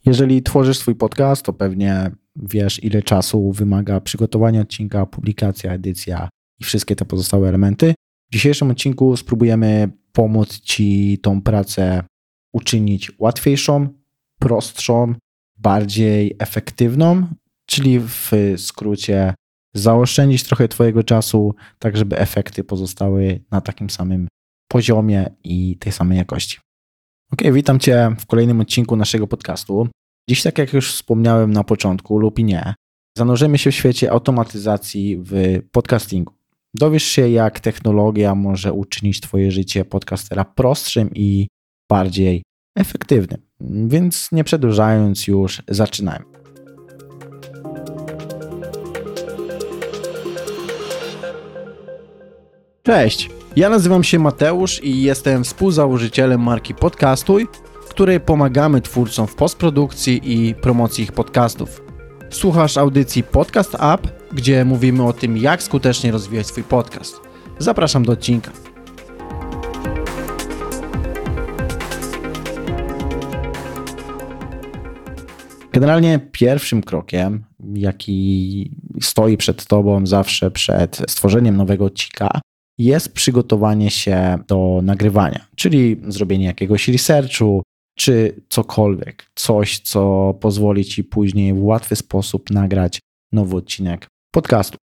Jeżeli tworzysz swój podcast, to pewnie wiesz, ile czasu wymaga przygotowanie odcinka, publikacja, edycja i wszystkie te pozostałe elementy. W dzisiejszym odcinku spróbujemy pomóc Ci tą pracę uczynić łatwiejszą, prostszą, bardziej efektywną, czyli w skrócie zaoszczędzić trochę Twojego czasu, tak żeby efekty pozostały na takim samym poziomie i tej samej jakości. Witam Cię w kolejnym odcinku naszego podcastu. Dziś, tak jak już wspomniałem na początku lub i nie, zanurzymy się w świecie automatyzacji w podcastingu. Dowiesz się, jak technologia może uczynić Twoje życie podcastera prostszym i bardziej efektywnym. Więc nie przedłużając już, zaczynajmy. Cześć, ja nazywam się Mateusz i jestem współzałożycielem marki Podcastuj, w której pomagamy twórcom w postprodukcji i promocji ich podcastów. Słuchasz audycji Podcast App, gdzie mówimy o tym, jak skutecznie rozwijać swój podcast. Zapraszam do odcinka. Generalnie pierwszym krokiem, jaki stoi przed Tobą zawsze przed stworzeniem nowego odcinka, jest przygotowanie się do nagrywania, czyli zrobienie jakiegoś researchu, czy cokolwiek, coś, co pozwoli Ci później w łatwy sposób nagrać nowy odcinek podcastu.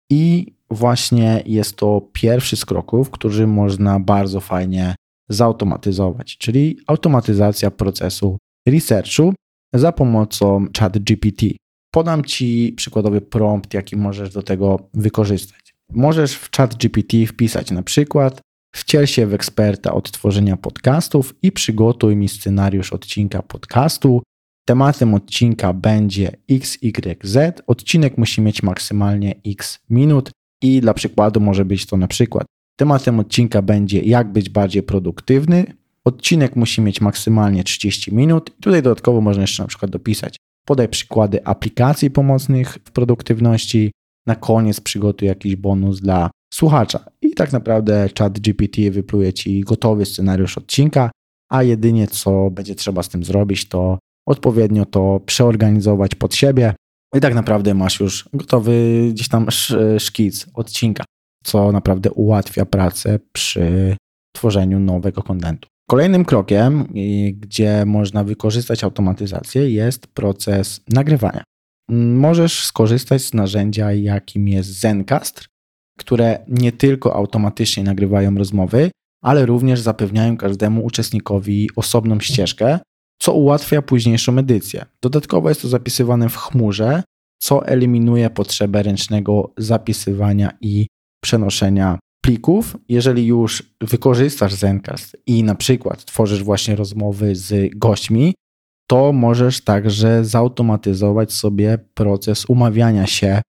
I właśnie jest to pierwszy z kroków, który można bardzo fajnie zautomatyzować, czyli automatyzacja procesu researchu za pomocą ChatGPT. Podam Ci przykładowy prompt, jaki możesz do tego wykorzystać. Możesz w ChatGPT wpisać na przykład: wciel się w eksperta od tworzenia podcastów i przygotuj mi scenariusz odcinka podcastu. Tematem odcinka będzie XYZ. Odcinek musi mieć maksymalnie X minut i dla przykładu może być to na przykład: tematem odcinka będzie jak być bardziej produktywny. Odcinek musi mieć maksymalnie 30 minut. I tutaj dodatkowo można jeszcze na przykład dopisać: podaj przykłady aplikacji pomocnych w produktywności. Na koniec przygotuj jakiś bonus dla słuchacza. I tak naprawdę ChatGPT wypluje Ci gotowy scenariusz odcinka, a jedynie co będzie trzeba z tym zrobić, to odpowiednio to przeorganizować pod siebie i tak naprawdę masz już gotowy gdzieś tam szkic odcinka, co naprawdę ułatwia pracę przy tworzeniu nowego kontentu. Kolejnym krokiem, gdzie można wykorzystać automatyzację, jest proces nagrywania. Możesz skorzystać z narzędzia, jakim jest Zencastr, które nie tylko automatycznie nagrywają rozmowy, ale również zapewniają każdemu uczestnikowi osobną ścieżkę, co ułatwia późniejszą edycję. Dodatkowo jest to zapisywane w chmurze, co eliminuje potrzebę ręcznego zapisywania i przenoszenia plików. Jeżeli już wykorzystasz Zencastr i na przykład tworzysz właśnie rozmowy z gośćmi, to możesz także zautomatyzować sobie proces umawiania się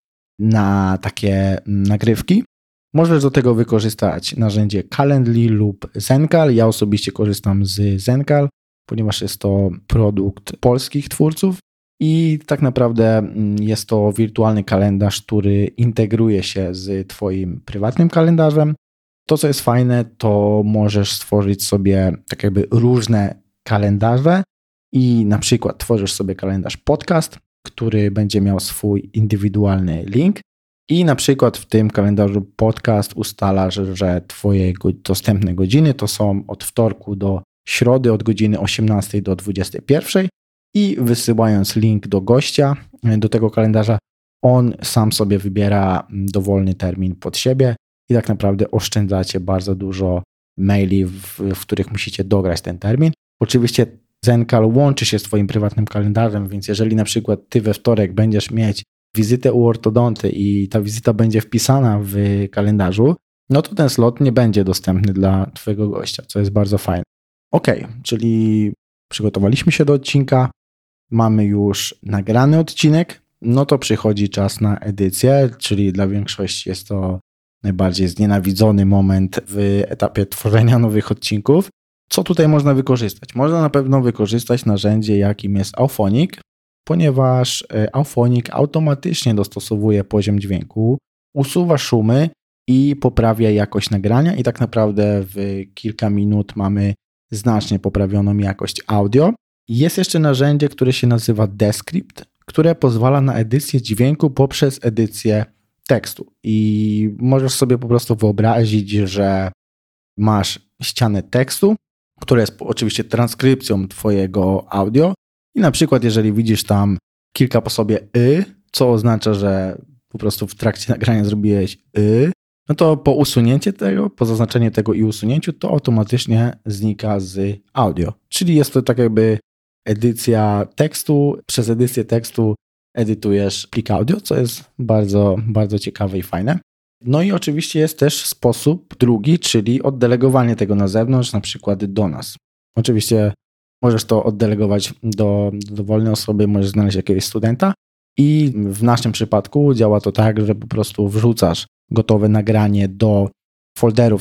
na takie nagrywki. Możesz do tego wykorzystać narzędzie Calendly lub Zencal. Ja osobiście korzystam z Zencal, ponieważ jest to produkt polskich twórców i tak naprawdę jest to wirtualny kalendarz, który integruje się z Twoim prywatnym kalendarzem. To, co jest fajne, to możesz stworzyć sobie tak jakby różne kalendarze i na przykład tworzysz sobie kalendarz podcast, który będzie miał swój indywidualny link i na przykład w tym kalendarzu podcast ustalasz, że Twoje dostępne godziny to są od wtorku do środy od godziny 18 do 21 i wysyłając link do gościa do tego kalendarza, on sam sobie wybiera dowolny termin pod siebie i tak naprawdę oszczędzacie bardzo dużo maili, w których musicie dograć ten termin. Oczywiście Zencal łączy się z Twoim prywatnym kalendarzem, więc jeżeli na przykład Ty we wtorek będziesz mieć wizytę u ortodonty i ta wizyta będzie wpisana w kalendarzu, no to ten slot nie będzie dostępny dla Twojego gościa, co jest bardzo fajne. Czyli przygotowaliśmy się do odcinka, mamy już nagrany odcinek, no to przychodzi czas na edycję, czyli dla większości jest to najbardziej znienawidzony moment w etapie tworzenia nowych odcinków. Co tutaj można wykorzystać? Można na pewno wykorzystać narzędzie, jakim jest Auphonic, ponieważ Auphonic automatycznie dostosowuje poziom dźwięku, usuwa szumy i poprawia jakość nagrania i tak naprawdę w kilka minut mamy znacznie poprawioną jakość audio Jest jeszcze narzędzie, które się nazywa Descript, które pozwala na edycję dźwięku poprzez edycję tekstu. I możesz sobie po prostu wyobrazić, że masz ścianę tekstu, która jest oczywiście transkrypcją twojego audio i na przykład jeżeli widzisz tam kilka po sobie co oznacza, że po prostu w trakcie nagrania zrobiłeś no to po usunięciu tego, po zaznaczeniu tego i usunięciu, to automatycznie znika z audio. Czyli jest to tak jakby edycja tekstu, przez edycję tekstu edytujesz plik audio, co jest bardzo, bardzo ciekawe i fajne. No i oczywiście jest też sposób drugi, czyli oddelegowanie tego na zewnątrz, na przykład do nas. Oczywiście możesz to oddelegować do dowolnej osoby, możesz znaleźć jakiegoś studenta i w naszym przypadku działa to tak, że po prostu wrzucasz gotowe nagranie do folderu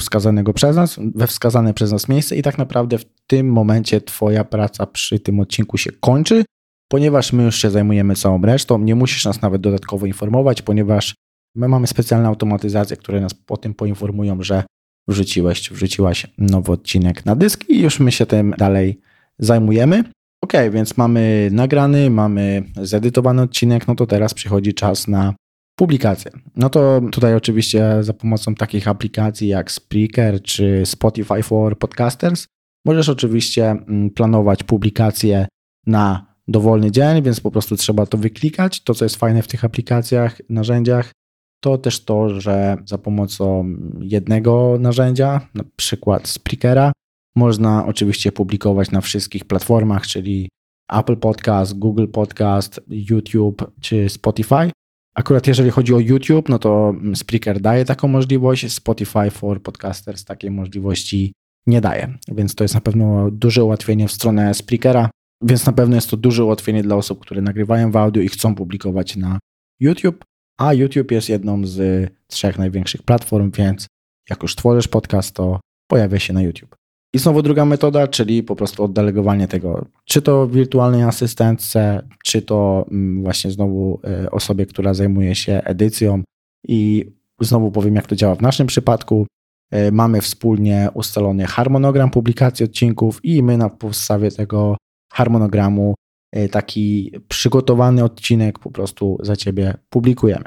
we wskazane przez nas miejsce i tak naprawdę w tym momencie twoja praca przy tym odcinku się kończy, ponieważ my już się zajmujemy całą resztą, nie musisz nas nawet dodatkowo informować, my mamy specjalne automatyzacje, które nas po tym poinformują, że wrzuciłaś nowy odcinek na dysk i już my się tym dalej zajmujemy. Ok, więc mamy nagrany, mamy zedytowany odcinek, no to teraz przychodzi czas na publikację. No to tutaj oczywiście za pomocą takich aplikacji jak Spreaker czy Spotify for Podcasters możesz oczywiście planować publikację na dowolny dzień, więc po prostu trzeba to wyklikać. To, co jest fajne w tych aplikacjach, narzędziach, to też to, że za pomocą jednego narzędzia, na przykład Spreakera, można oczywiście publikować na wszystkich platformach, czyli Apple Podcast, Google Podcast, YouTube czy Spotify. Akurat jeżeli chodzi o YouTube, no to Spreaker daje taką możliwość, Spotify for Podcasters takiej możliwości nie daje, więc to jest na pewno duże ułatwienie w stronę Spreakera, więc na pewno jest to duże ułatwienie dla osób, które nagrywają w audio i chcą publikować na YouTube, a YouTube jest jedną z 3 największych platform, więc jak już tworzysz podcast, to pojawia się na YouTube. I znowu druga metoda, czyli po prostu oddelegowanie tego, czy to wirtualnej asystentce, czy to właśnie znowu osobie, która zajmuje się edycją i znowu powiem, jak to działa w naszym przypadku. Mamy wspólnie ustalony harmonogram publikacji odcinków i my na podstawie tego harmonogramu taki przygotowany odcinek po prostu za ciebie publikujemy.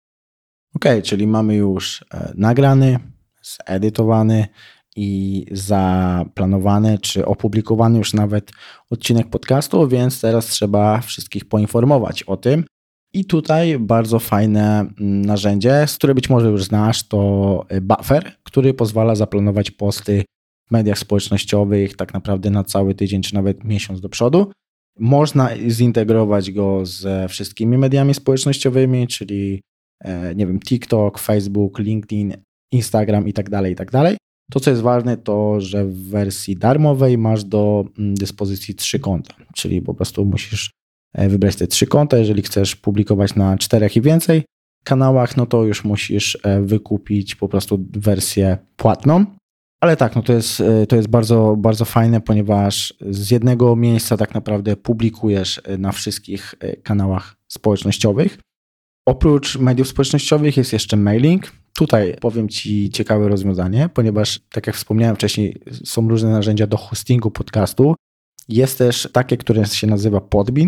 Ok, czyli mamy już nagrany, zedytowany i zaplanowany, czy opublikowany już nawet odcinek podcastu, więc teraz trzeba wszystkich poinformować o tym. I tutaj bardzo fajne narzędzie, z które być może już znasz, to Buffer, który pozwala zaplanować posty w mediach społecznościowych tak naprawdę na cały tydzień, czy nawet miesiąc do przodu. Można zintegrować go ze wszystkimi mediami społecznościowymi, czyli nie wiem, TikTok, Facebook, LinkedIn, Instagram i tak dalej. To, co jest ważne, to, że w wersji darmowej masz do dyspozycji 3 konta, czyli po prostu musisz wybrać te 3 konta. Jeżeli chcesz publikować na 4 i więcej kanałach, no to już musisz wykupić po prostu wersję płatną. Ale tak, no to jest bardzo, bardzo fajne, ponieważ z jednego miejsca tak naprawdę publikujesz na wszystkich kanałach społecznościowych. Oprócz mediów społecznościowych jest jeszcze mailing. Tutaj powiem Ci ciekawe rozwiązanie, ponieważ tak jak wspomniałem wcześniej, są różne narzędzia do hostingu podcastu. Jest też takie, które się nazywa Podbean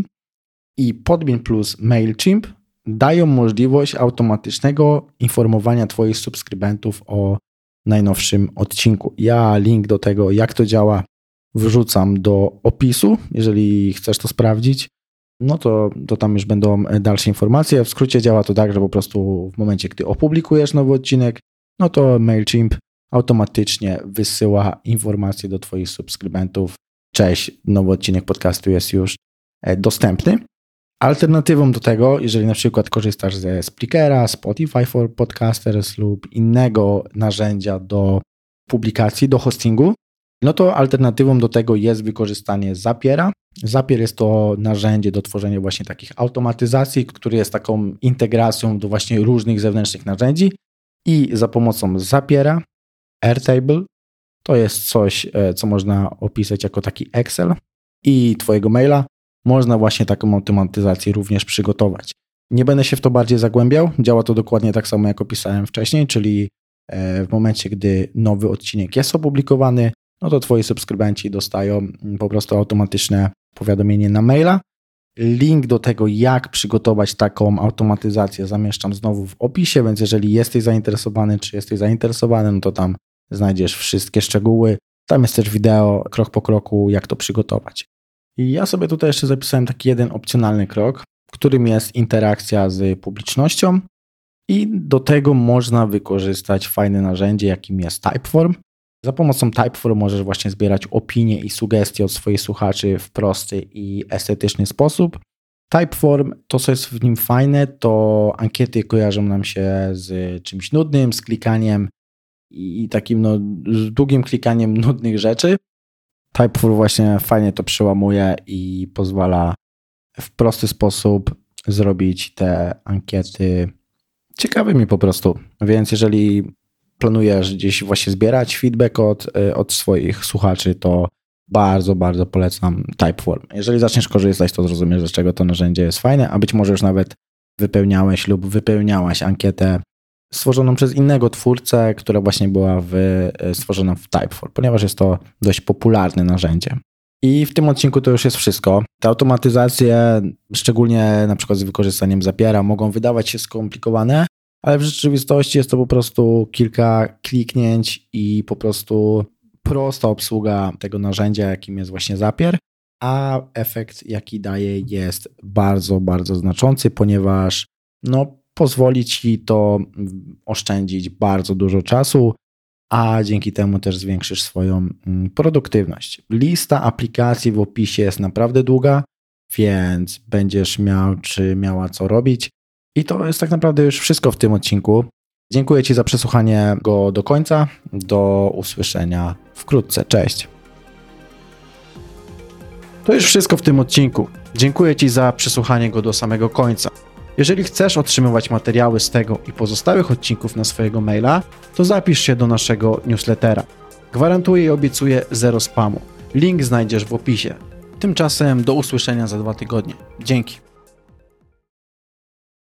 i Podbean plus MailChimp dają możliwość automatycznego informowania Twoich subskrybentów o najnowszym odcinku. Ja link do tego, jak to działa, wrzucam do opisu, jeżeli chcesz to sprawdzić. No to tam już będą dalsze informacje. W skrócie działa to tak, że po prostu w momencie, gdy opublikujesz nowy odcinek, no to MailChimp automatycznie wysyła informacje do Twoich subskrybentów. Cześć, nowy odcinek podcastu jest już dostępny. Alternatywą do tego, jeżeli na przykład korzystasz ze Spreakera, Spotify for Podcasters lub innego narzędzia do publikacji, do hostingu, no to alternatywą do tego jest wykorzystanie Zapiera. Zapier jest to narzędzie do tworzenia właśnie takich automatyzacji, który jest taką integracją do właśnie różnych zewnętrznych narzędzi i za pomocą Zapiera, Airtable, to jest coś, co można opisać jako taki Excel i Twojego maila, można właśnie taką automatyzację również przygotować. Nie będę się w to bardziej zagłębiał, działa to dokładnie tak samo jak opisałem wcześniej, czyli w momencie, gdy nowy odcinek jest opublikowany, no to Twoi subskrybenci dostają po prostu automatyczne powiadomienie na maila. Link do tego, jak przygotować taką automatyzację, zamieszczam znowu w opisie, więc jeżeli jesteś zainteresowany, czy jesteś zainteresowany, no to tam znajdziesz wszystkie szczegóły. Tam jest też wideo krok po kroku, jak to przygotować. I ja sobie tutaj jeszcze zapisałem taki jeden opcjonalny krok, którym jest interakcja z publicznością i do tego można wykorzystać fajne narzędzie, jakim jest Typeform. Za pomocą Typeform możesz właśnie zbierać opinie i sugestie od swoich słuchaczy w prosty i estetyczny sposób. Typeform, to co jest w nim fajne, to ankiety kojarzą nam się z czymś nudnym, z klikaniem i takim z długim klikaniem nudnych rzeczy. Typeform właśnie fajnie to przełamuje i pozwala w prosty sposób zrobić te ankiety ciekawymi po prostu. Więc jeżeli planujesz gdzieś właśnie zbierać feedback od swoich słuchaczy, to bardzo, bardzo polecam Typeform. Jeżeli zaczniesz korzystać, to zrozumiesz, dlaczego to narzędzie jest fajne, a być może już nawet wypełniałeś lub wypełniałaś ankietę stworzoną przez innego twórcę, która właśnie była stworzona w Typeform, ponieważ jest to dość popularne narzędzie. I w tym odcinku to już jest wszystko. Te automatyzacje, szczególnie na przykład z wykorzystaniem Zapiera, mogą wydawać się skomplikowane, ale w rzeczywistości jest to po prostu kilka kliknięć i po prostu prosta obsługa tego narzędzia, jakim jest właśnie Zapier, a efekt, jaki daje, jest bardzo, bardzo znaczący, ponieważ pozwoli Ci to oszczędzić bardzo dużo czasu, a dzięki temu też zwiększysz swoją produktywność. Lista aplikacji w opisie jest naprawdę długa, więc będziesz miał czy miała co robić. I to jest tak naprawdę już wszystko w tym odcinku. Dziękuję Ci za przesłuchanie go do końca. Do usłyszenia wkrótce. Cześć. To już wszystko w tym odcinku. Dziękuję Ci za przesłuchanie go do samego końca. Jeżeli chcesz otrzymywać materiały z tego i pozostałych odcinków na swojego maila, to zapisz się do naszego newslettera. Gwarantuję i obiecuję 0 spamu. Link znajdziesz w opisie. Tymczasem do usłyszenia za 2 tygodnie. Dzięki.